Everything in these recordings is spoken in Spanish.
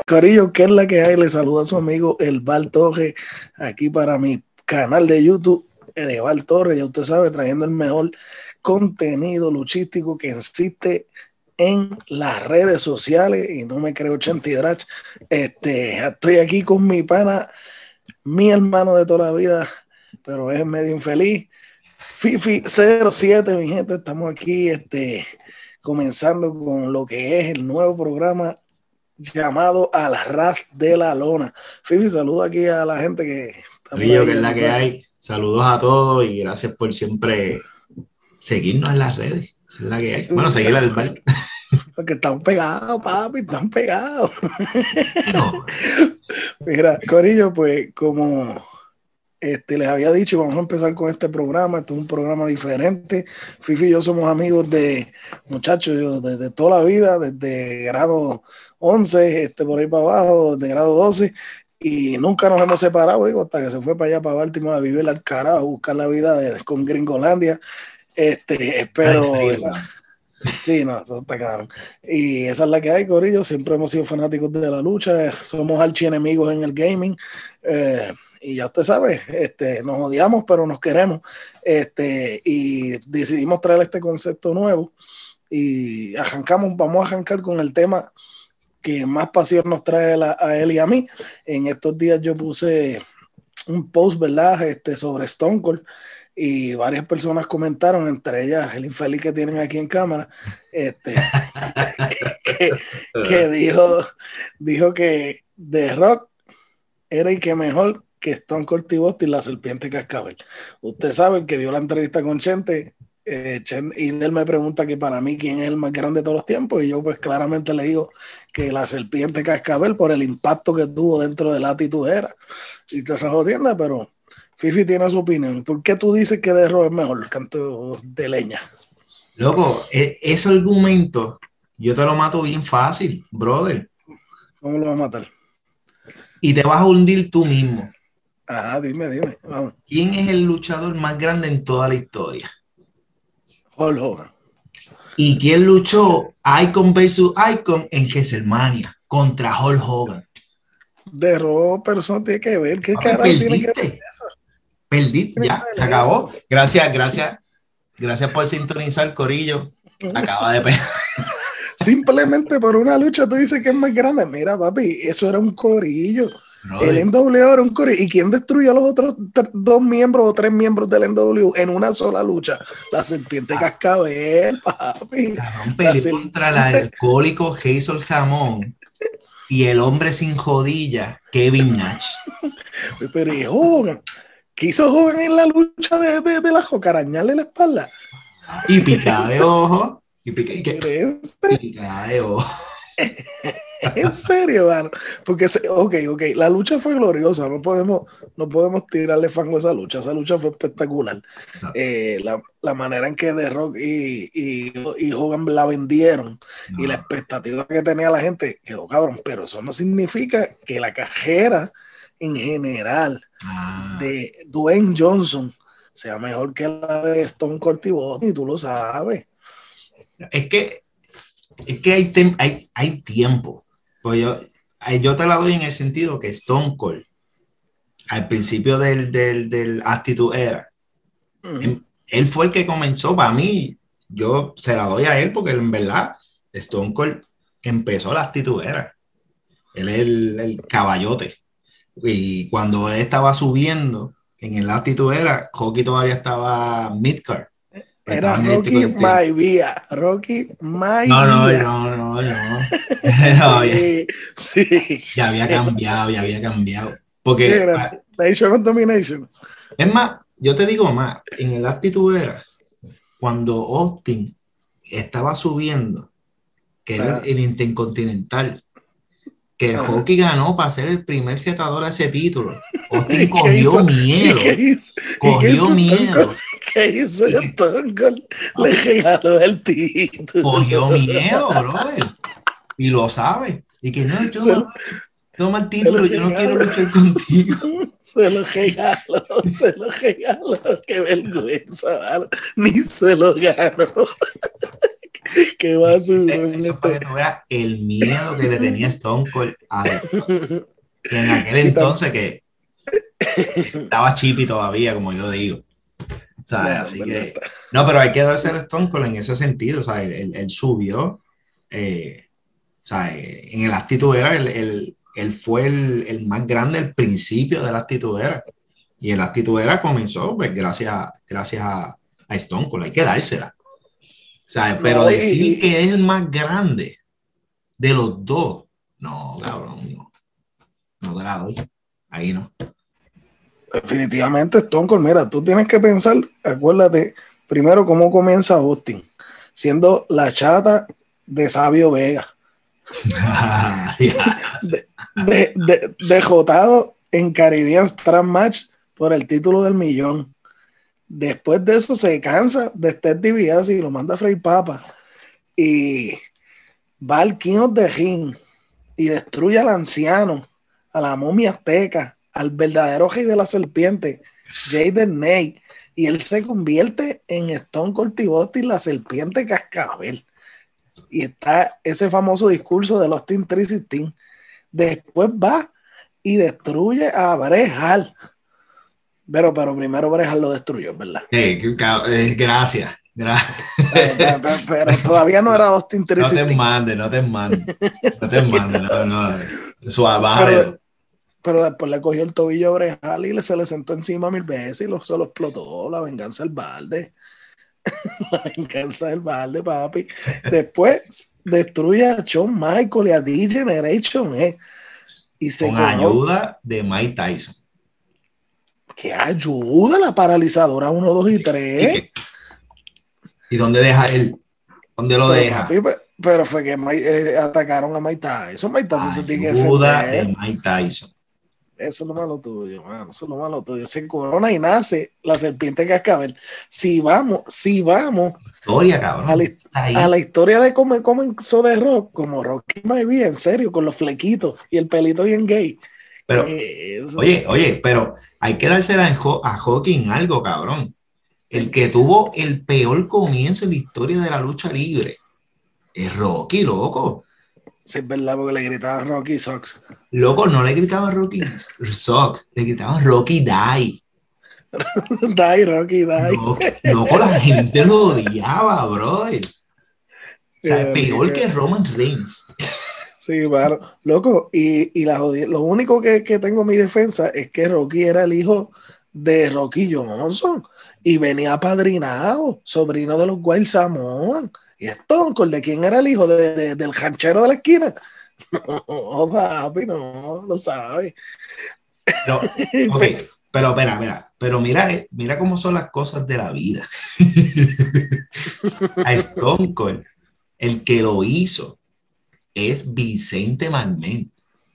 Corillo, ¿qué es la que hay? Le saluda a su amigo El Val Torres, aquí para mi canal de YouTube de Val Torres. Ya usted sabe, trayendo el mejor contenido luchístico que existe en las redes sociales. Y no me creo Chantidrach. Estoy aquí con mi pana, mi hermano de toda la vida, pero es medio infeliz. Fifi07, mi gente, estamos aquí comenzando con lo que es el nuevo programa llamado Al Ras de la Lona. Fifi, saluda aquí a la gente que está por Río, ahí. que es la que hay. Saludos a todos y gracias por siempre seguirnos en las redes. Esa es la que hay. Bueno, seguir al bar. Porque están pegados, papi, están pegados. No. Mira, Corillo, pues como les había dicho, vamos a empezar con este programa. Este es un programa diferente. Fifi y yo somos amigos de muchachos desde toda la vida, desde grado 11, por ahí para abajo, desde grado 12, y nunca nos hemos separado, digo, hasta que se fue para allá, para Baltimore, a vivir al carajo, a buscar la vida con Gringolandia. Pero Ay, esa, sí, no, eso está claro. Y esa es la que hay, Corillo. Siempre hemos sido fanáticos de la lucha, somos archienemigos en el gaming. Y ya usted sabe, nos odiamos, pero nos queremos. Y decidimos traer este concepto nuevo. Y vamos a arrancar con el tema que más pasión nos trae a él y a mí. En estos días yo puse un post, ¿verdad? Sobre Stone Cold, y varias personas comentaron, entre ellas el infeliz que tienen aquí en cámara, que, que dijo que The Rock era el que mejor que Stone Cold Steve Austin, la serpiente cascabel. Usted sabe, el que vio la entrevista con Chente, y él me pregunta que para mí quién es el más grande de todos los tiempos, y yo pues claramente le digo que la serpiente cascabel, por el impacto que tuvo dentro de la atitudera y todas esas jodiendas. Pero Fifi tiene su opinión. ¿Por qué tú dices que The Rock es mejor, el canto de leña? Loco, ese argumento yo te lo mato bien fácil, brother. ¿Cómo lo va a matar? Y te vas a hundir tú mismo. Ajá, dime, vamos. ¿Quién es el luchador más grande en toda la historia? Hulk Hogan. ¿Y quién luchó Icon versus Icon en WrestleMania contra Hulk Hogan? The Rock, pero eso tiene que ver. ¿Qué Papi, carajo tiene que ver eso? perdiste, Tiene ya, que se ver acabó. eso. Gracias por sintonizar, Corillo. Acaba de pegar. Simplemente por una lucha tú dices que es más grande. Mira, papi, eso era un corillo. El Brother. NWO era un corillo. ¿Y quién destruyó a los otros dos miembros o tres miembros del NWO en una sola lucha? La serpiente cascabel, papi. Cabrón, La peleó contra el serpiente. alcohólico Hazel Jamón y el hombre sin jodilla, Kevin Nash. Pero ¿y Hogan? ¿Qué hizo Hogan en la lucha de la joca? ¿Arañarle la espalda? Y picada de ojo. Picada de ojo. En serio, mano. Porque, ok, la lucha fue gloriosa, no podemos tirarle fango a esa lucha. Esa lucha fue espectacular. La manera en que The Rock y Hogan la vendieron, y la No. expectativa que tenía la gente quedó cabrón. Pero eso no significa que la cajera en general Ah. de Dwayne Johnson sea mejor que la de Stone Cold Steve Austin, y tú lo sabes. Es que, hay tiempo. Pues yo te la doy en el sentido que Stone Cold, al principio del Attitude Era, él fue el que comenzó. Para mí, yo se la doy a él porque en verdad Stone Cold empezó la Attitude Era. Él es el caballote. Y cuando él estaba subiendo en el Attitude Era, Hockey todavía estaba midcard. Pues Era estaba en el Rocky Maivia. Rocky No, no, Maivia. no, no, no. No, Sí, sí. ya había cambiado, ya había cambiado. Porque, Era Nation of Domination. es más, yo te digo más, en el Attitude Era, cuando Austin estaba subiendo, que era el Intercontinental, que Hockey ganó para ser el primer retador a ese título. Austin cogió miedo. Cogió miedo. ¿Qué hizo Stone Cold? Le regaló el título. Cogió miedo, brother. Y lo sabe. Y que no, toma el título, yo no quiero luchar contigo. Se lo regaló. Qué vergüenza, mano. Ni se lo ganó. Qué basura. Eso es para que tú veas el miedo que le tenía Stone Cold a él. Y en aquel entonces que estaba chippy todavía, como yo digo. O sea, así que... No, pero hay que darse el Stone Cold en ese sentido. O sea, él subió. O sea, en el Attitude Era, él fue el más grande al principio del Attitude Era. Y el Attitude Era comenzó pues, gracias a Stone Cold. Hay que dársela. O sea, pero decir que es el más grande de los dos, no, cabrón, no te la doy. Ahí no. Definitivamente, Stone Cold, mira, tú tienes que pensar, acuérdate, primero cómo comienza Austin, siendo la chata de Sabio Vega. Dejotado en Caribbean Strap Match por el título del millón. Después de eso se cansa de Ted DiBiase y lo manda a Frey Papa y va al King of the Ring y destruye al anciano, a la momia azteca, al verdadero rey de la serpiente, Jaden Ney, y él se convierte en Stone Cold Steve Austin, la serpiente cascabel. Y está ese famoso discurso de Austin 316. Después va y destruye a Bret Hart. Pero primero Bret Hart lo destruyó, ¿verdad? Gracias. Pero todavía no era Austin 316. No te mandes. No. Suave. Pero después le cogió el tobillo a Bret Hart y se le sentó encima 1000 veces y se lo explotó. La venganza del balde. La venganza del balde, papi. Después destruye a Shawn Michaels y a D-Generation. Y con ayuda de Mike Tyson. ¿Qué ayuda? La paralizadora 1, 2 y 3. ¿Y dónde deja él? ¿Dónde lo deja? Papi, pero fue que atacaron a Mike Tyson. Mike Tyson se tiene que defender. De Mike Tyson. Eso es lo malo tuyo, mano. Eso es lo malo tuyo. Se corona y nace la serpiente cascabel. Si vamos historia, cabrón, a la historia de cómo comenzó de Rock, como Rocky Maivia, en serio, con los flequitos y el pelito bien gay. Pero, oye, pero hay que dársela a Hawking algo, cabrón. El que tuvo el peor comienzo en la historia de la lucha libre es Rocky, loco. Sí, es verdad, porque le gritaban Rocky Sox. Loco, no le gritaban Rocky Sox, le gritaban Rocky Die. Rocky Die. Loco, la gente lo odiaba, brother. O sea, peor que Roman Reigns. Sí, claro. Loco, y lo único que tengo en mi defensa es que Rocky era el hijo de Rocky Johnson y venía apadrinado, sobrino de los Wild Samoan. Y Stone Cold, ¿de quién era el hijo? Del ranchero de la esquina. No, papi, no lo sabe. No, okay, pero espera, pero mira cómo son las cosas de la vida. A Stone Cold, el que lo hizo es Vicente McMahon.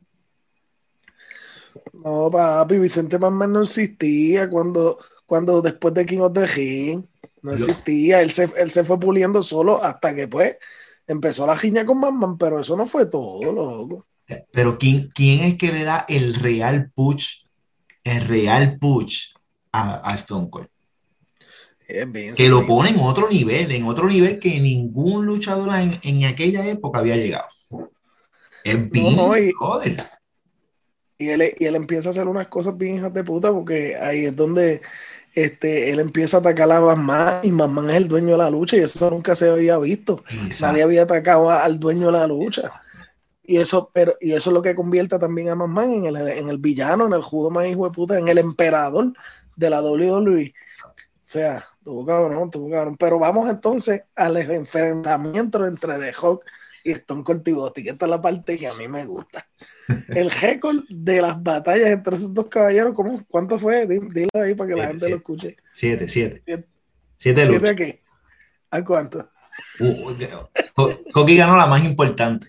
No, papi, Vicente McMahon no existía cuando después de King of the Ring. No existía. Él se fue puliendo solo hasta que pues empezó la riña con McMahon, pero eso no fue todo, loco. Pero ¿quién es que le da el real push a Stone Cold? Que lo pone en otro nivel que ningún luchador en aquella época había llegado. Es Vince, joder. Y él empieza a hacer unas cosas bien hijas de puta, porque ahí es donde él empieza a atacar a McMahon, y McMahon es el dueño de la lucha, y eso nunca se había visto. Exacto. Nadie había atacado al dueño de la lucha. Exacto. Y eso es lo que convierte también a McMahon en el villano, en el judo más hijo de puta, en el emperador de la WWE. O sea, tuvo cabrón. Pero vamos entonces al enfrentamiento entre The Hawk y Stone Cold Steve Austin, que esta es la parte que a mí me gusta. El récord de las batallas entre esos dos caballeros, ¿cuánto fue? Dilo ahí para que la gente lo escuche. 7 luchas. ¿A qué? ¿A cuánto? Coqui ganó la más importante.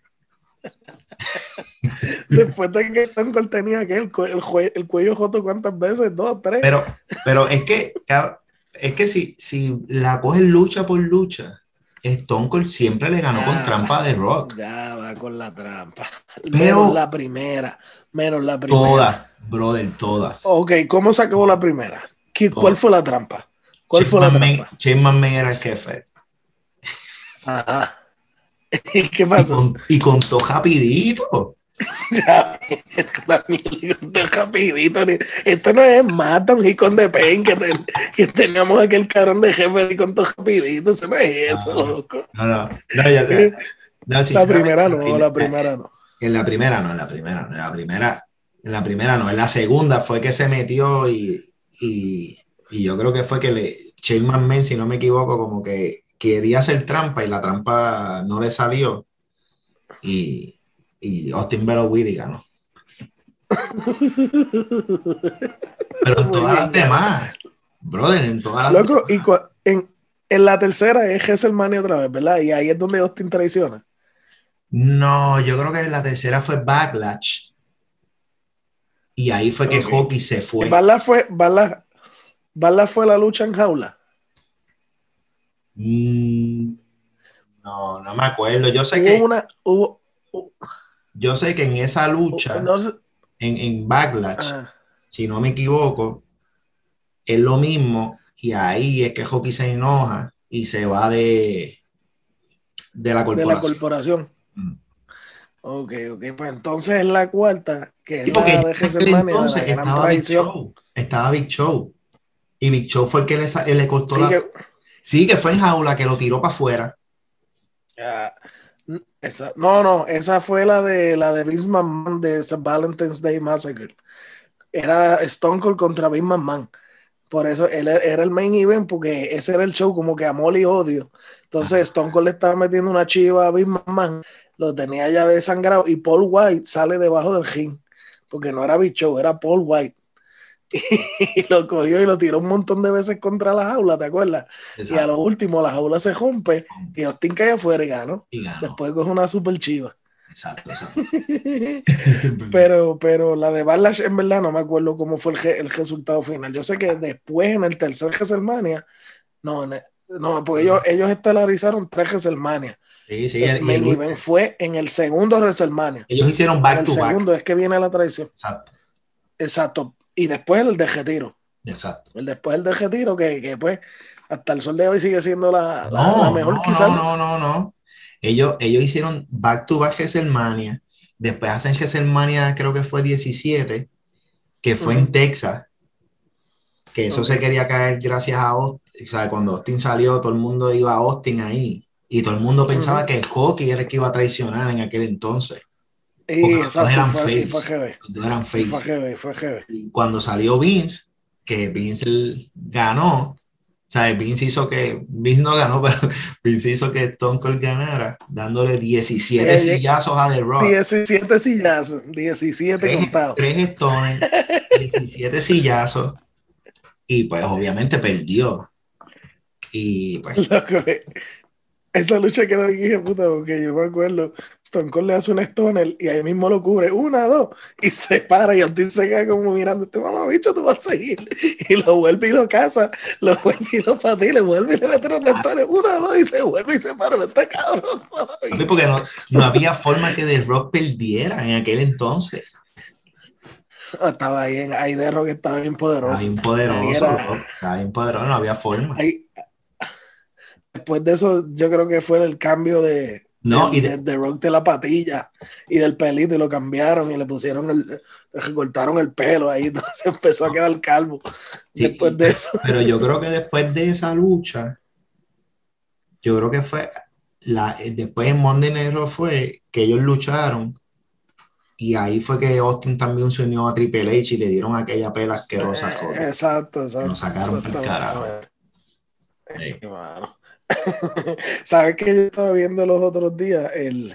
Después de que Stone Cold tenía el cuello joto, ¿cuántas veces? 2, 3. Pero es que si la coges lucha por lucha, Stone Cold siempre le ganó con trampa de Rock. Ya va con la trampa. Pero menos la primera. Todas, brother, todas. Ok, ¿cómo se acabó la primera? ¿Cuál fue la trampa? ¿Cuál fue la trampa? Shane McMahon era el jefe. Ajá. ¿Y qué pasó? Y contó rapidito. Ya, rapidito. Esto no es Matan y con The Pain que teníamos aquel cabrón de jefe y con todo rapidito. Eso no es eso, loco. No, La sinceramente, primera no, la primera no. en la primera no, en la primera no, en la primera no, en la segunda fue que se metió y yo creo que fue que Shane McMahon, si no me equivoco, como que quería hacer trampa y la trampa no le salió y Austin Theory ganó. Pero en Muy todas las bien, gana. demás, brother, en todas las Loco, y demás. en la tercera es WrestleMania otra vez, ¿verdad? Y ahí es donde Austin traiciona. No, yo creo que la tercera fue Backlash y ahí fue que Ok. Hockey se Y fue. Balla fue la lucha en jaula. Mm, no, no me acuerdo. Hubo una, hubo, hu- Yo sé que en esa lucha, no sé, en Backlash, ah, si no me equivoco, es lo mismo y ahí es que Hockey se enoja y se va de la de la corporación. corporación. Mm. Ok, ok, pues entonces es la cuarta, que es Y porque la ya de en aquel WrestleMania, de la entonces gran traición. Estaba Big Show. Y Big Show fue el que le costó Sí la... que, Sí, que fue en jaula, que lo tiró para afuera. ah, no, esa fue la de Vince McMahon de ese Valentine's Day Massacre. Era Stone Cold contra Vince McMahon. Por eso él era el main event, porque ese era el show como que amor y odio. Entonces Ah, Stone Cold le estaba metiendo una chiva a Vince McMahon, lo tenía ya desangrado y Paul White sale debajo del ring, porque no era Big Show, era Paul White. Y lo cogió y lo tiró un montón de veces contra la jaula, ¿te acuerdas? Y a lo exacto. último la jaula se rompe y Austin cae afuera y ganó. Y ganó. Después coge una super chiva. Exacto, exacto. Pero la de Backlash en verdad no me acuerdo cómo fue el resultado final. Yo sé que después en el tercer WrestleMania, no, no, porque ellos estelarizaron tres WrestleMania. Sí, sí, El y main event fue en el segundo WrestleMania. ellos hicieron En back el to back. segundo es que viene la tradición. Exacto, Exacto. Y después el de retiro. exacto. Después el de retiro, que pues hasta el sol de hoy sigue siendo la No, mejor no, quizás. no, no, no, no. Ellos hicieron back to back WrestleMania. Después hacen WrestleMania, creo que fue 17, que fue en Uh-huh. Texas, que eso se Ok. quería caer gracias a Austin. O sea, cuando Austin salió, todo el mundo iba a Austin ahí. Y todo el mundo pensaba Uh-huh. que Hockey era el que iba a traicionar en aquel entonces. Porque Y los dos exacto, eran y fue face. GB. Los dos eran Y fue face. GB, fue GB. Y cuando salió Vince, que Vince ganó, o sea, Vince no ganó, pero Vince hizo que Stone Cold ganara, dándole 17 sillazos a The Rock. 17 sillazos, 17 contados. Tres Stones, 17 sillazos, y pues obviamente perdió. Y pues, Loco, esa lucha quedó bien hija de puta, porque yo me acuerdo, Stone Cold le hace un stoner y ahí mismo lo cubre, una, dos, y se para y Austin se queda como mirando, este mamabicho, tú vas a seguir. Y lo vuelve y lo caza, lo vuelve y lo patea, le vuelve y le mete los stones, una, dos, y se vuelve y se para, este cabrón, porque mamabicho. no había forma que The Rock perdiera en aquel entonces. Estaba ahí de Rock estaba bien Estaba poderoso. bien Ahí poderoso, era, bro. Estaba bien poderoso, no había forma. ahí, después de eso, yo creo que fue el cambio No, de Rock de la patilla y del pelito y lo cambiaron y le pusieron le recortaron el pelo ahí, entonces empezó a quedar calvo después sí, de eso. pero yo creo que después de esa lucha, yo creo que fue después en Monday Night Raw fue que ellos lucharon y ahí fue que Austin también se unió a Triple H y le dieron aquella pela asquerosa a Cody. Exacto, Lo exacto, sacaron para el carajo. exactamente. Sí. Mano. ¿Sabes que yo estaba viendo los otros días?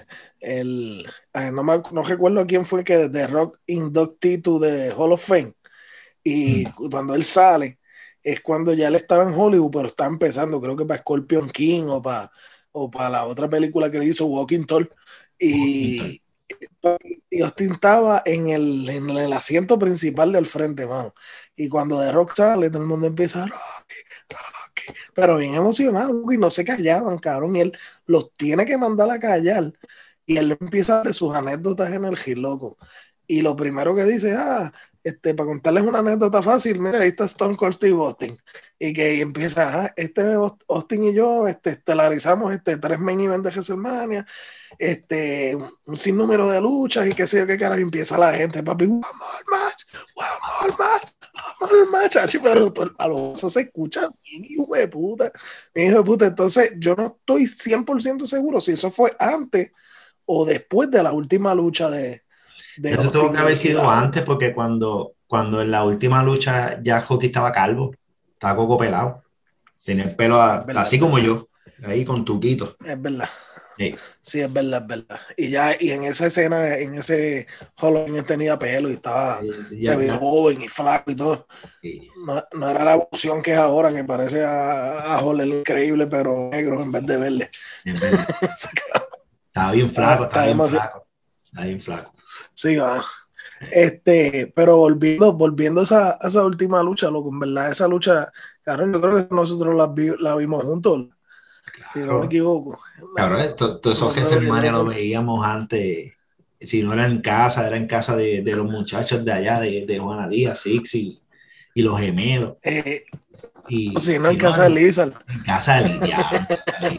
No recuerdo quién fue que de Rock inductee to the Hall of Fame. Y Mm. cuando él sale, es cuando ya él estaba en Hollywood, pero está empezando, creo que para Scorpion King o para la otra película que le hizo, Walking Tall. Y, y Austin estaba en el asiento principal del frente, mano. Y cuando The Rock sale, todo el mundo empieza a Rocky, Rocky, pero bien emocionado, y no se callaban, cabrón. Y él los tiene que mandar a callar. Y él empieza a darle sus anécdotas en el gil, loco. y lo primero que dice, para contarles una anécdota fácil, mira, ahí está Stone Cold Steve Austin, y que empieza, Austin y yo estelarizamos 3 main events de WrestleMania, un sinnúmero de luchas y qué sé yo qué carajo, y empieza la gente, papi, one more match, pero a lo eso se escucha bien, hijo de puta, entonces yo no estoy 100% seguro si eso fue antes o después de la última lucha de Eso tuvo que haber sido antes, porque cuando en la última lucha ya Hockey estaba calvo, estaba coco pelado, tenía el pelo así como yo, ahí con tuquito. Es verdad. Sí, es verdad. Y en esa escena, en ese Halloween tenía pelo y estaba, se veía joven y flaco y todo. Sí. No era la evolución que es ahora, que parece a Holland increíble, pero negro en vez de verde. Estaba bien flaco, estaba bien flaco. Sí, va. Pero volviendo a esa última lucha, loco, en verdad, esa lucha, cabrón, yo creo que nosotros la vimos juntos, claro. Si no me equivoco. Cabrón, todos esos WrestleMania lo veíamos antes, si no era en casa de los muchachos de allá, de Juana Díaz, Six y los gemelos. Si no, en casa de Lizard. En casa de Lizard.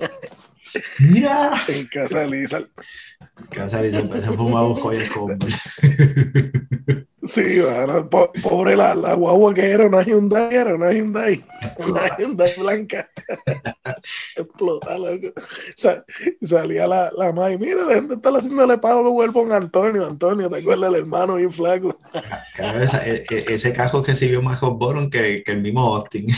Mira. En casa de Lizard. En casa de Lizard, se fumaba un Royal Rumble. Sí, bueno, pobre la guagua que era una Hyundai blanca. Explota, loco. Salía la madre, mira, la gente está haciéndole pago vuelvo a Antonio, ¿te acuerdas del hermano bien flaco? Cada vez ese cajo recibió más Boron que el mismo Austin.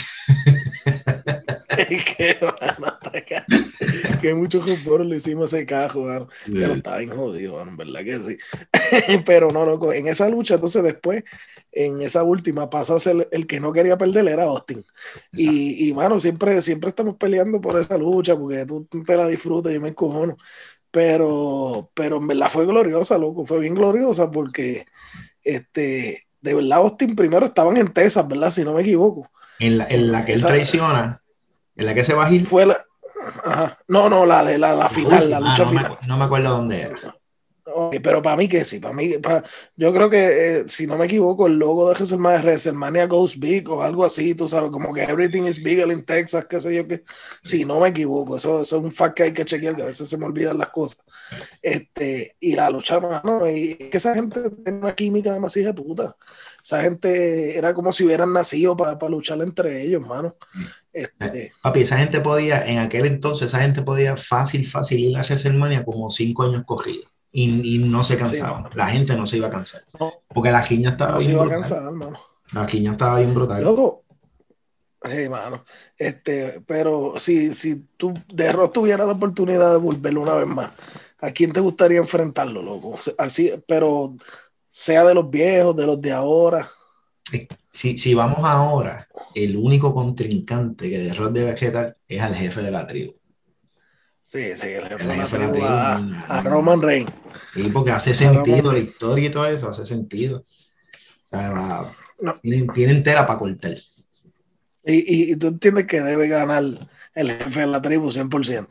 Que muchos jugadores le hicimos ese cajo, man. Ya lo estaba bien jodido, man, verdad que sí. Pero no, loco, en esa lucha, entonces después, en esa última, pasó a ser el que no quería perder, era Austin. Y mano, siempre estamos peleando por esa lucha, porque tú te la disfrutas, yo me encojono. Pero en verdad fue gloriosa, loco, fue bien gloriosa, porque de verdad Austin primero estaban en Texas, ¿verdad? Si no me equivoco. En la que él traiciona, en la que se va a ir. Fue la... Ajá. No, la de la final, la lucha final. No me acuerdo dónde era. Okay, pero para mí que sí, yo creo que si no me equivoco, el logo de WrestleMania Goes Big o algo así, tú sabes, como que everything is bigger in Texas, qué sé yo, que si no me equivoco, eso es un fact que hay que chequear, que a veces se me olvidan las cosas. Y la lucha, mano, y que esa gente tiene una química demasiado de puta. Esa gente era como si hubieran nacido para luchar entre ellos, mano. Papi, esa gente podía, en aquel entonces, esa gente podía fácil ir a WrestleMania como 5 años corridos. Y no se cansaba. Sí, la gente no se iba a cansar. No, porque la quiña estaba bien brutal. Cansar, la quiña estaba bien brutal. Loco, mano, pero si tú de Rock tuvieras la oportunidad de volverlo una vez más, ¿a quién te gustaría enfrentarlo, loco? Así, pero sea de los viejos, de los de ahora. Si vamos ahora, el único contrincante que de Rock debe quedar es al jefe de la tribu. Sí, el jefe de la tribu a Roman Reigns. Sí, porque hace sentido la historia y todo eso, hace sentido. O sea, tienen tela para cortar. Y tú entiendes que debe ganar el jefe de la tribu 100%.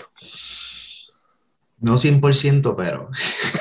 No 100%, pero...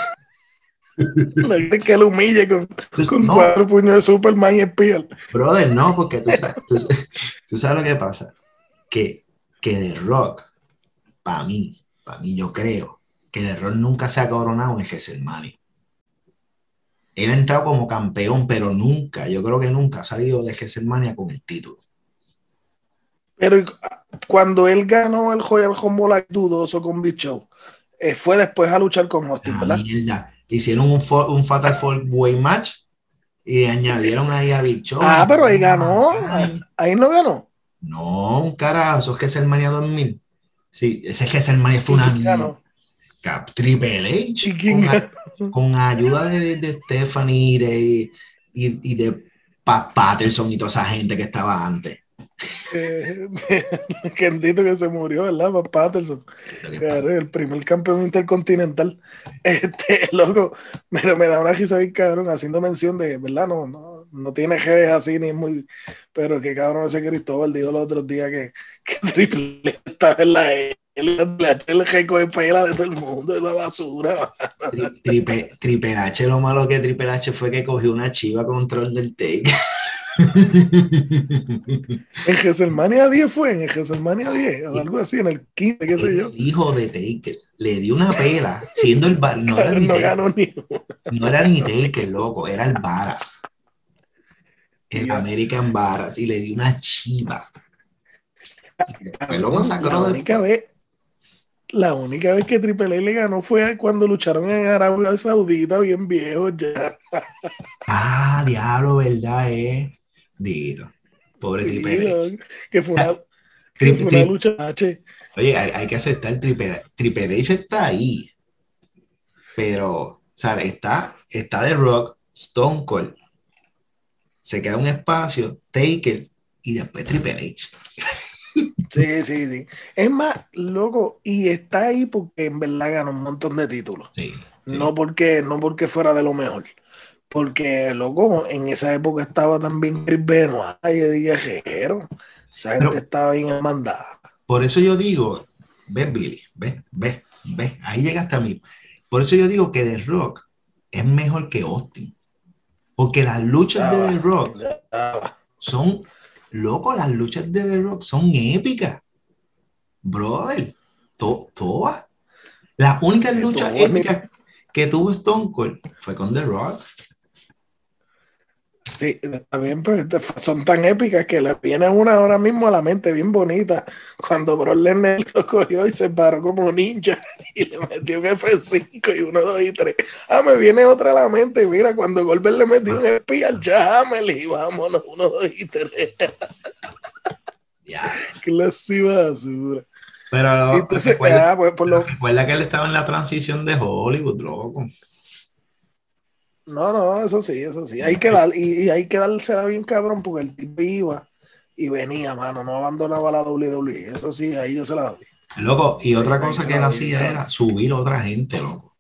No es que lo humille con 4 puños de Superman y Spear. Brother, no, porque tú sabes lo que pasa. Que The Rock, para mí, yo creo que The Rock nunca se ha coronado en WrestleMania. Él ha entrado como campeón, pero yo creo que nunca ha salido de WrestleMania con el título. Pero cuando él ganó el Royal Rumble dudoso con Big Show, fue después a luchar con Austin, ¿verdad? Mierda. Hicieron un Fatal 4-Way match y añadieron ahí a Big Show. Pero ahí ganó. Ahí no ganó. No, un carajo, eso es WrestleMania 2000. Sí, ese WrestleMania fue una mierda. Triple H con ayuda de Stephanie y de Patterson y toda esa gente que estaba antes. Kendito que se murió, ¿verdad? Patterson, el primer campeón intercontinental. Loco, pero me da una risa bien cabrón haciendo mención de, ¿verdad? No tiene redes así ni es muy, pero que cabrón ese Cristóbal dijo los otros días que Triple estaba en la El recoge pela de todo el mundo, de la basura. Triple H, lo malo que Triple H fue que cogió una chiva control del take. En WrestleMania 10 fue, en WrestleMania 10, o algo así, en el 15, qué sé yo. El hijo de Taker le dio una pela, siendo el no era ni No Taker, ganó ni uno. no era ni Taker, loco, era el Varas, el American Varas, y le dio una chiva. Después lo masacró después. La única vez que Triple A le ganó fue cuando lucharon en Arabia Saudita, bien viejos ya. Ah, diablo, ¿verdad? Dito. Pobre Sí, Triple H. que fue una lucha H. Oye, hay que aceptar, Triple H está ahí, pero, ¿sabes? Está The Rock, Stone Cold, se queda un espacio, Taker y después Triple H. Sí, sí, sí. Es más, loco, y está ahí porque en verdad ganó un montón de títulos. Sí, sí. No porque fuera de lo mejor. Porque, loco, en esa época estaba también Chris Benoit y Eddie Guerrero. Esa gente Pero estaba bien hermandada. por eso yo digo, ves, Billy, ves, ahí llega hasta mí. Por eso yo digo que The Rock es mejor que Austin. Porque las luchas de The Rock son, loco, las luchas de The Rock son épicas. Brother, todas. Las únicas luchas épicas que tuvo Stone Cold fue con The Rock. Sí, también pues, son tan épicas que le viene una ahora mismo a la mente bien bonita cuando Brock Lesnar lo cogió y se paró como ninja y le metió un F5 y 1, 2 y 3. Me viene otra a la mente, mira, cuando Goldberg le metió un espía al Jamel y vámonos, 1, 2 y 3. Clase basura. Pero entonces, recuerda que él estaba en la transición de Hollywood, loco. No, eso sí. Hay que dar, y hay que dársela bien cabrón porque el tipo iba y venía, mano, no abandonaba la WWE. Eso sí, ahí yo se la doy. Loco, y otra cosa que él hacía era subir a otra gente, loco.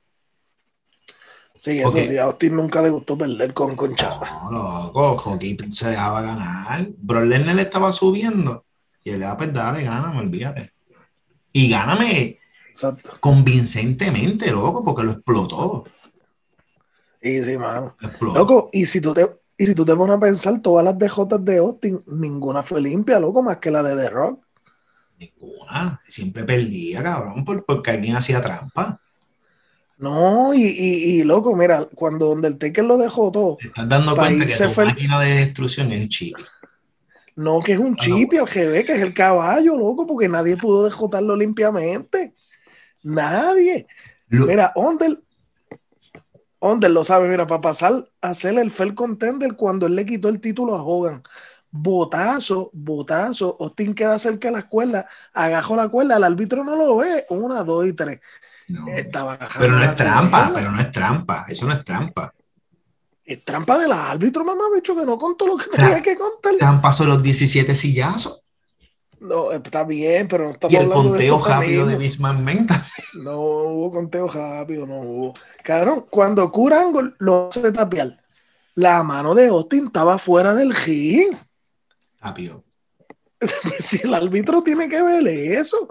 Sí, eso sí, a Austin nunca le gustó perder con Chava. No, loco, Joaquín se dejaba ganar. Brock Lesnar le estaba subiendo y él le va, pues dale, gáname, olvídate. Y gáname convincentemente, loco, porque lo explotó. Sí, mano. Loco, y si tú te pones a pensar, todas las DJs de Austin, ninguna fue limpia, loco, más que la de The Rock. Ninguna. Siempre perdía, cabrón, porque alguien hacía trampa. No, y loco, mira, cuando Undertaker lo dejó todo. Te estás dando cuenta que tu máquina de destrucción es Chippy. No, que es un Chippy al GB, que es el caballo, loco, porque nadie pudo dejotarlo limpiamente. Nadie. Mira, Onder lo sabe, mira, para pasar a ser el fair contender cuando él le quitó el título a Hogan. Botazo, Austin queda cerca de la cuerda, agajó la cuerda, el árbitro no lo ve, 1, 2 y 3. No, estaba pero no es trampa, eso no es trampa. Es trampa del árbitro, mamá, bicho, que no contó lo que tenía que contar. Trampa son los 17 sillazos. No, está bien, pero no estamos y el hablando de eso. Conteo rápido de Vince McMahon. No hubo conteo rápido, no hubo. Cabrón, cuando Kurt Angle lo hace tapear, la mano de Austin estaba fuera del ring. Rápido. Si el árbitro tiene que ver eso.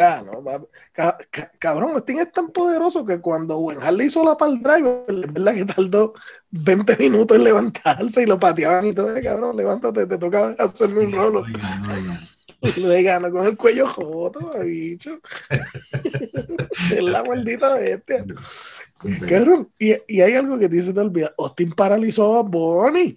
Cabrón, Austin es tan poderoso que cuando Owen Hart le hizo la pal driver, es verdad que tardó 20 minutos en levantarse y lo pateaban y todo. Cabrón, levántate, te toca hacerme un rolo. Le ganó con el cuello joto, bicho. Es la maldita bestia. Cabrón, y hay algo que se te olvida. Austin paralizó a Bonnie.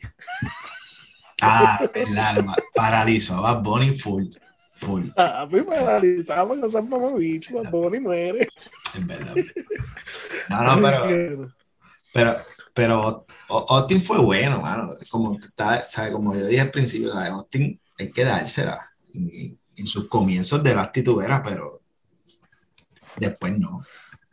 Verdad, paralizó a Bad Bunny full. Pues paralizamos con esas mamabichos, Bad Bunny muere. Es verdad. No, pero Austin fue bueno, mano. Como yo dije al principio, Austin hay que dársela en sus comienzos de las tituberas, pero después no.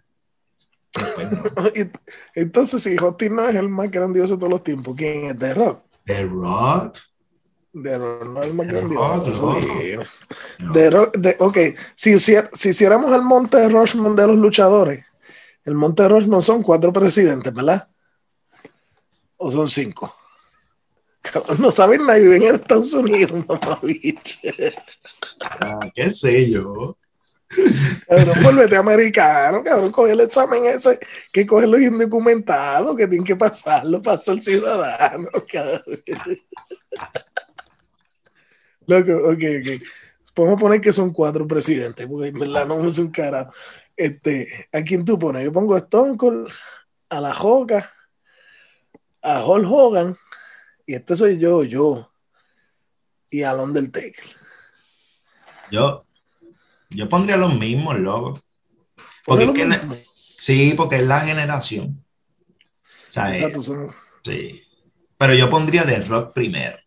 Entonces, si Austin no es el más grandioso de todos los tiempos, ¿quién es? The Rock. The Rock. The Rock no es el más grandioso. The Rock, ok, si hiciéramos el Monte Rushmore de los luchadores, el Monte Rushmore son 4 presidentes, ¿verdad? ¿O son 5? No saben nada, viven en Estados Unidos, mamá bicha. ¿Qué sé yo? Cabrón, volvete americano, cabrón, coge el examen ese, que coge los indocumentados, que tienen que pasarlo para ser ciudadano, cabrón. Loco, ok. Podemos poner que son 4 presidentes, porque en verdad no me es un carajo. ¿A quién tú pones? Yo pongo a Stone Cold, a la Joca, a Hulk Hogan, y soy yo, y al Undertaker. Yo pondría los mismos, loco. Porque es que sí, porque es la generación. O sea, exacto, son... sí. Pero yo pondría The Rock primero.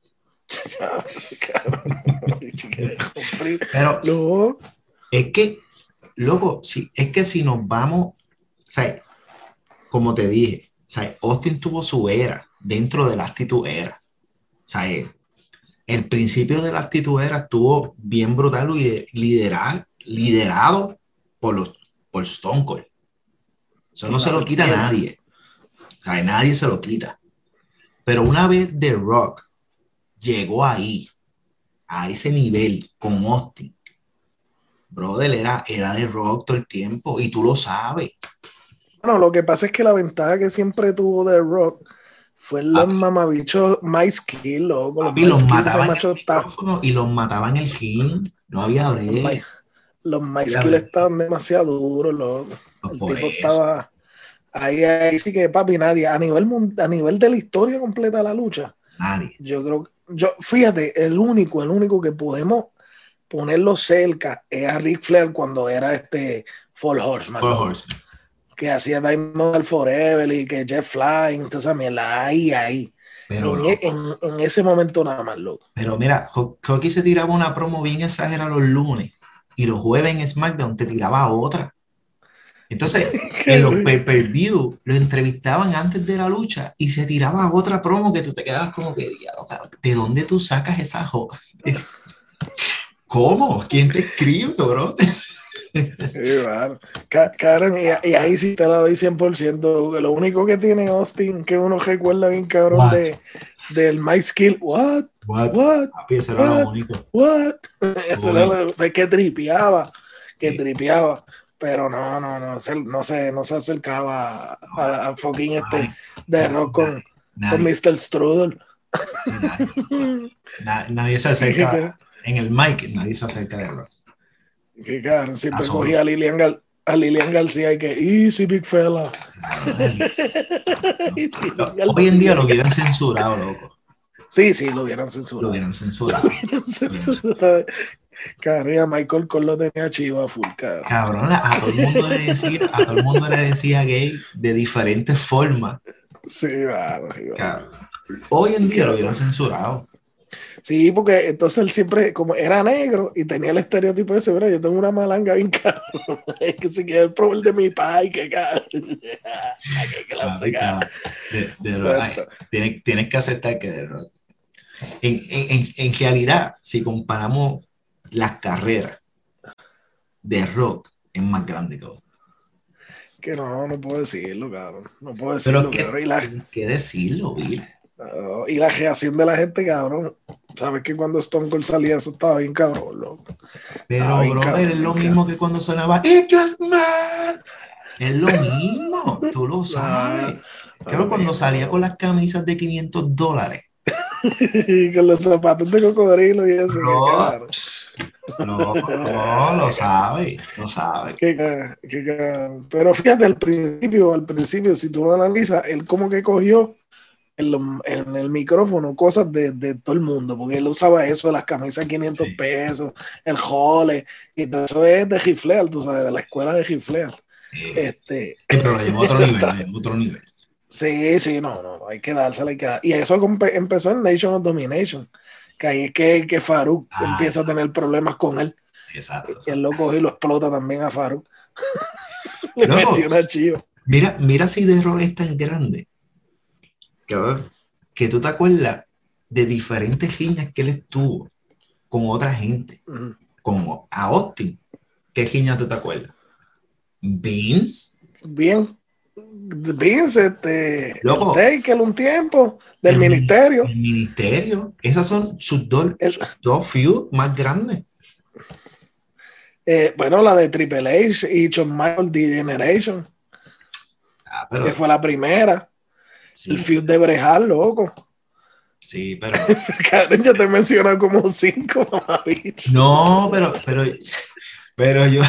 Pero no. es que, loco, es que si nos vamos, o sea, como te dije, o sea, Austin tuvo su era dentro de la actitud era. O sea, el principio de la actitud era estuvo bien brutal y liderado por Stone Cold. Eso no se lo quita a nadie. O sea, nadie se lo quita. Pero una vez The Rock llegó ahí, a ese nivel con Austin, brother, era The Rock todo el tiempo y tú lo sabes. Bueno, lo que pasa es que la ventaja que siempre tuvo The Rock fue los mamabichos MySkill, loco. Los mataban en el micrófono y los mataban en el ring. No había break. Los MySkill estaban demasiado duros, loco. El tipo estaba... Ahí sí que, papi, nadie. A nivel de la historia completa de la lucha. Nadie. Yo creo... Fíjate, el único que podemos ponerlo cerca es a Ric Flair cuando era Four Horseman. Que hacía Diamond Forever y que Jeff Fly, entonces a mí ahí. Pero en ese momento nada más, loco. Pero mira, Hockey se tiraba una promo bien exagerada los lunes y los jueves en SmackDown te tiraba otra. Entonces, en los pay-per-view lo entrevistaban antes de la lucha y se tiraba otra promo que tú te quedabas como que, ¿de dónde tú sacas esa joda? ¿Cómo? ¿Quién te escribe, bro? Sí, bueno. Cabrón, y ahí sí te la doy 100%. Lo único que tiene Austin que uno recuerda bien, cabrón, del MySkill. What? Eso era lo único. Eso era lo que tripeaba. Pero no se acercaba a fucking The Rock con Mr. Strudel. Nadie se acerca en el mic, nadie se acerca de Rock. Que cabrón, siempre cogía a Lilian García y que easy big fella. Hoy en día lo hubieran censurado, loco. Sí, lo hubieran censurado. Cabrón, a Michael Cole lo tenía chiva full, cabrón. Cabrón, a todo el mundo le decía gay de diferentes formas. Sí, cabrón. Hoy en día lo hubieran censurado. Sí, porque entonces él siempre, como era negro y tenía el estereotipo de ese, yo tengo una malanga bien cabrón. Es que se queda el problema de mi pai, que cabrón. Tienes que aceptar que de Rock. En realidad, si comparamos las carreras de Rock, es más grande que otro. Que no puedo decirlo, cabrón. No puedo decirlo, cabrón. ¿Qué decirlo, Bill? Y la reacción de la gente, cabrón. Sabes que cuando Stone Cold salía, eso estaba bien cabrón, loco. Pero, brother, es lo mismo que cuando sonaba It Just Man. Es lo mismo, tú lo sabes. Claro, cuando salía con las camisas de $500. Con los zapatos de cocodrilo y eso. No, lo sabe. Pero fíjate, al principio, si tú lo analizas, él como que cogió en el micrófono cosas de todo el mundo, porque él usaba eso, las camisas $500, el jole, y todo eso es de Ric Flair, tú sabes, de la escuela de Ric Flair. Pero lo llevó a otro nivel. Sí, no, hay que dársela, y eso empezó en Nation of Domination, que ahí es que Farouk empieza a tener problemas con él. Exacto. Y él lo coge y lo explota también a Farouk. Le metió una chiva. Mira si The Rock es tan grande que tú te acuerdas de diferentes riñas que él estuvo con otra gente, como a Austin. ¿Qué riña tú te acuerdas? Vince. Vince, Loco, Taker un tiempo, del ministerio. El ministerio. Esas son sus dos feuds más grandes. Bueno, la de Triple H y Shawn Michaels The Generation, pero, que fue la primera. Sí. El feud de Bret Hart, loco. Sí, pero... Cabrón, ya te mencionan como 5, mamá, bicho. No, pero yo...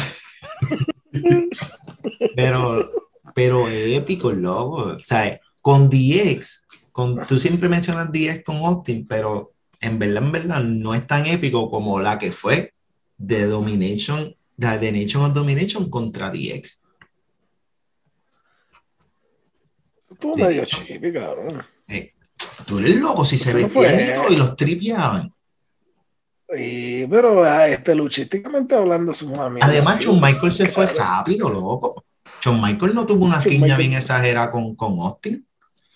pero épico, loco. O sea, con DX, tú siempre mencionas DX con Austin, pero en verdad, no es tan épico como la que fue The Nation of Domination contra DX. Tú medio chipi, cabrón. Tú eres loco si se vestían y los tripeaban. Sí, pero luchísticamente hablando es una mierda. Además, Shawn Michaels se fue rápido, loco. Shawn Michaels no tuvo una quiña bien exagerada con Austin.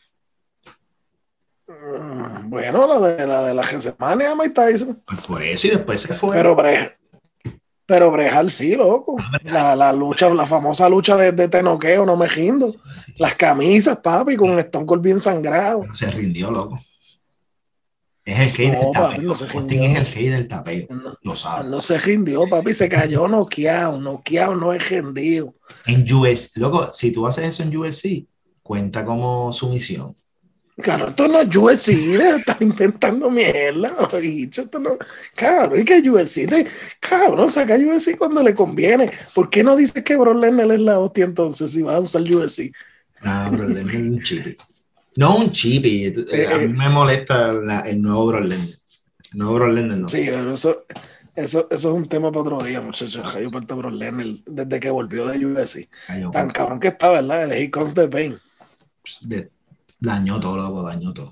Bueno, la de la Gesemania, Mike Tyson. Pues por eso, y después se fue. Pero Bret Hart sí, loco. La lucha, la famosa lucha de tenoqueo, no me rindo. Las camisas, papi, con un Stone Cold bien sangrado. Pero se rindió, loco. Es el rey del tapeo. No Austin es el rey del tapeo. Lo sabe. No se rindió, papi. Se cayó noqueado. Noqueado no es rendido. En UFC, loco, si tú haces eso en UFC, cuenta como sumisión. Claro, esto no es UFC, están inventando mierda, bicho, esto no, cabrón, y que UFC, cabrón, saca UFC cuando le conviene. ¿Por qué no dices que Brock Lesnar es la hostia entonces si vas a usar UFC? No, Brock Lesnar es un chipi. No un chipi, a mí me molesta el nuevo Brock Lesnar. El nuevo Brock Lesnar no sé. Sí, pero eso es un tema para otro día, muchachos. Yo parto Brock Lesnar desde que volvió de UFC. Tan cabrón que está, ¿verdad? El He Comes the Pain. Dañó todo, loco, dañó todo.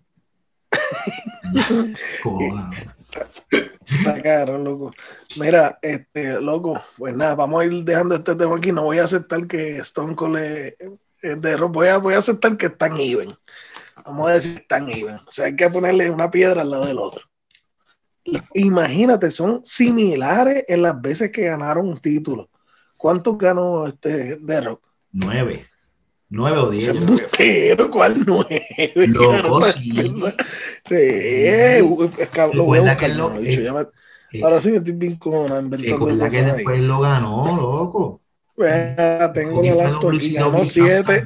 Está caro, loco. Mira, loco, pues nada, vamos a ir dejando este tema aquí. No voy a aceptar que Stone Cold voy a aceptar que están even. Vamos a decir que están even. O sea, hay que ponerle una piedra al lado del otro. Imagínate, son similares en las veces que ganaron un título. ¿Cuántos ganó The Rock? 9 o 10. Pero, ¿cuál 9? Loco, sí. Ahora sí me estoy bien con recuerda que después lo ganó, loco. Tengo el acto aquí, ganó 7.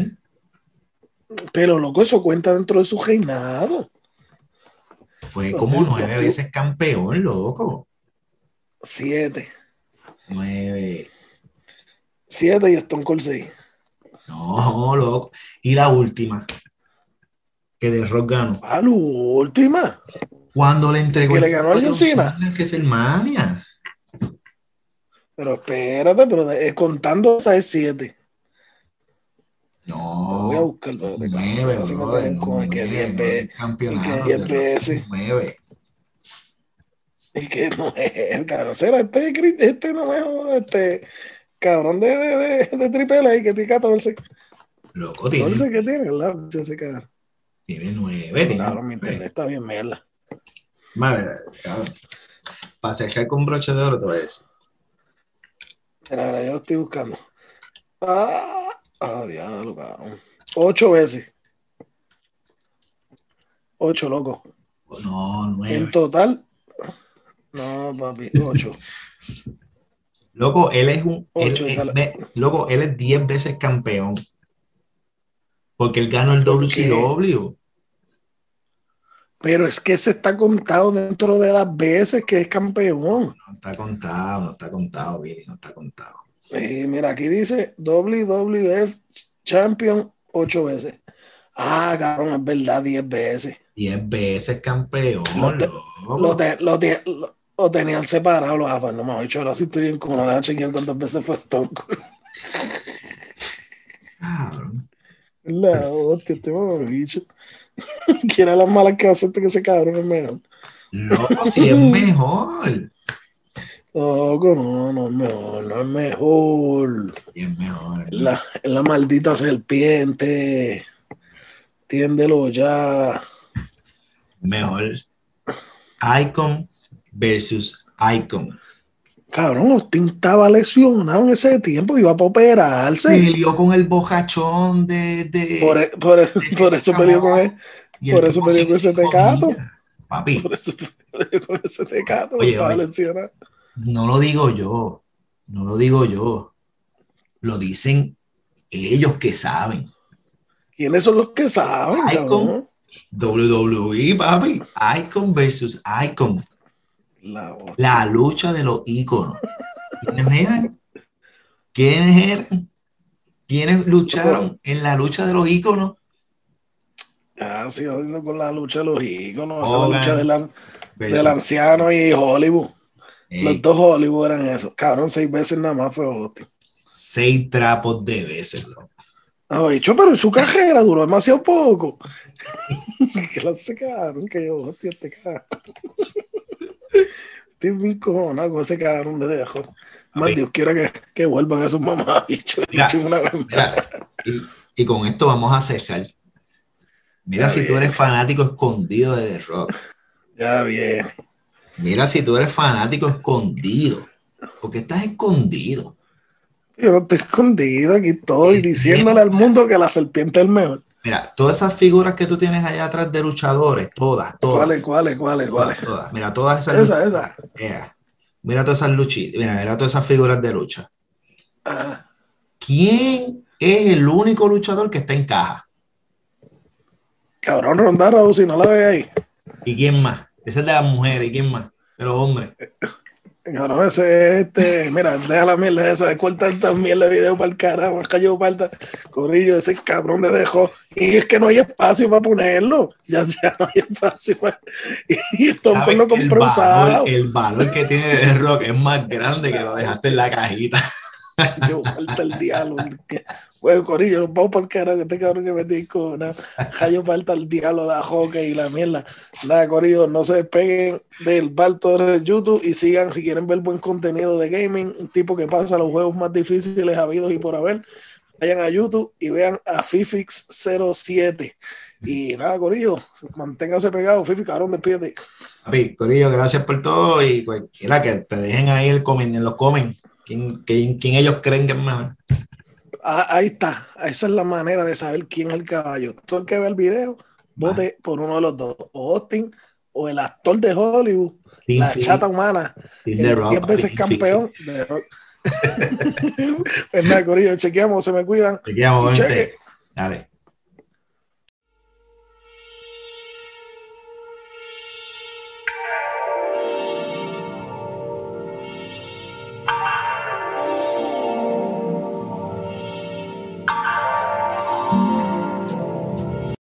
Pero, loco, eso cuenta dentro de su reinado. Fue como 9 veces campeón, loco. 7. 9. 7 y Stone Cold 6. No, loco. Y la última, que The Rock ganó. ¿La última? Cuando le entregó que le ganó a John Cena. Que es el Mania. Pero espérate, pero contando esa es 7. No. Voy a buscarlo. 9, que 10 veces. Que 10 veces. 9. Es que 9, cabrón. Será este no me joda, cabrón de Triple A que tiene 14. Loco, tiene. 14 que tiene, ¿verdad? Tiene 9. Cabrón, mi internet está bien mierda. Madre, cabrón. Para cerrar con broche de oro, te voy a decir. Mira, yo lo estoy buscando. Diablo, cabrón. 8 veces. 8, loco. No, 9. En total. No, papi, 8. Loco, él es loco, él es 10 veces campeón. Porque él ganó el WCW. Pero es que se está contado dentro de las veces que es campeón. No está contado, Billy, no está contado. Mira, aquí dice WWF Champion 8 veces. Cabrón, es verdad, 10 veces. 10 veces campeón. Lo tenían separado los APAs, no me ha dicho, ahora sí estoy bien como no dejan chequear cuántas veces fue Stone Cold. La hostia, te voy a bicho. Quiera las malas que hace que ese cabrón es mejor. No, si es mejor. Loco, no es mejor. Es mejor. Es la maldita serpiente. Tiéndelo ya. Mejor. Icon versus Icon. Cabrón, Austin estaba lesionado en ese tiempo, iba para operarse. Peleó con el bojachón por eso peleó con él. Por eso peleó con ese tecato. Papi. Por eso peleó con ese tecato. Oye, estaba lesionado. No lo digo yo. No lo digo yo, lo dicen ellos que saben. ¿Quiénes son los que saben, Icon, cabrón? WWE, papi. Icon versus Icon. La lucha de los íconos. ¿Quiénes eran? ¿Quiénes eran? ¿Quiénes lucharon en la lucha de los íconos? Ah, sí, jodiendo con la lucha de los íconos, esa es la lucha Hogan del versus anciano y Hollywood. Los Ey, dos Hollywood eran esos. Cabrón, 6 veces nada más fue Austin. 6 trapos de veces, bro. Ah, bicho, pero en su cajera duró demasiado poco. Que la se cabrón, que yo, hostia, este cabrón. Estoy bien cojonado con ese cabrón de dejo. Más Dios quiera que vuelvan a sus mamás, bicho. Mira, Una vez más. mira, y con esto vamos a cesar. Mira Ya si tú bien, eres fanático escondido de The Rock. ya bien. Mira si tú eres fanático escondido. Porque estás escondido. Yo no estoy escondido, aquí estoy El diciéndole al mundo que la serpiente es el mejor. Mira, todas esas figuras que tú tienes allá atrás de luchadores, todas. ¿Cuáles? Mira, todas esas Esa. Mira todas esas luchitas. Mira todas esas figuras de lucha. Ah, ¿Quién es el único luchador que está en caja? cabrón, Ronda Rousey, no la ve ahí. ¿Y quién más? Ese es de las mujeres. ¿Y quién más? De los hombres. Cabrón, ese es mira, deja la mierda esa de cortar esta mierda de video para el carajo, cayó falta, Corillo, ese cabrón de dejó, y es que no hay espacio para ponerlo, ya no hay espacio y Stone Cold lo compró usado. El valor que tiene The Rock es más grande que lo dejaste en la cajita. Yo falta el diálogo. Bueno, Corillo, nos vamos por el carajo, este cabrón que me dijo, nada, yo falta el diálogo, la hockey y la mierda. Nada, Corillo, no se despeguen del Balto de YouTube y sigan, si quieren ver buen contenido de gaming, un tipo que pasa los juegos más difíciles habidos y por haber, vayan a YouTube y vean a Fifix07. Y nada, Corillo, manténganse pegados. Fifi, cabrón, despídete. Papi, Corillo, gracias por todo y cualquiera que te dejen ahí en los comments quién ellos creen que es mejor. Ahí está, esa es la manera de saber quién es el caballo. Todo el que ve el video, vote por uno de los dos, o Austin o el actor de Hollywood, Team la Philly, chata humana, Team The el Rock, 10 papi, veces Team campeón de rock. Pues nada, Corillo, chequeamos, se me cuidan. Te quedamos, Y cheque. gente. Dale.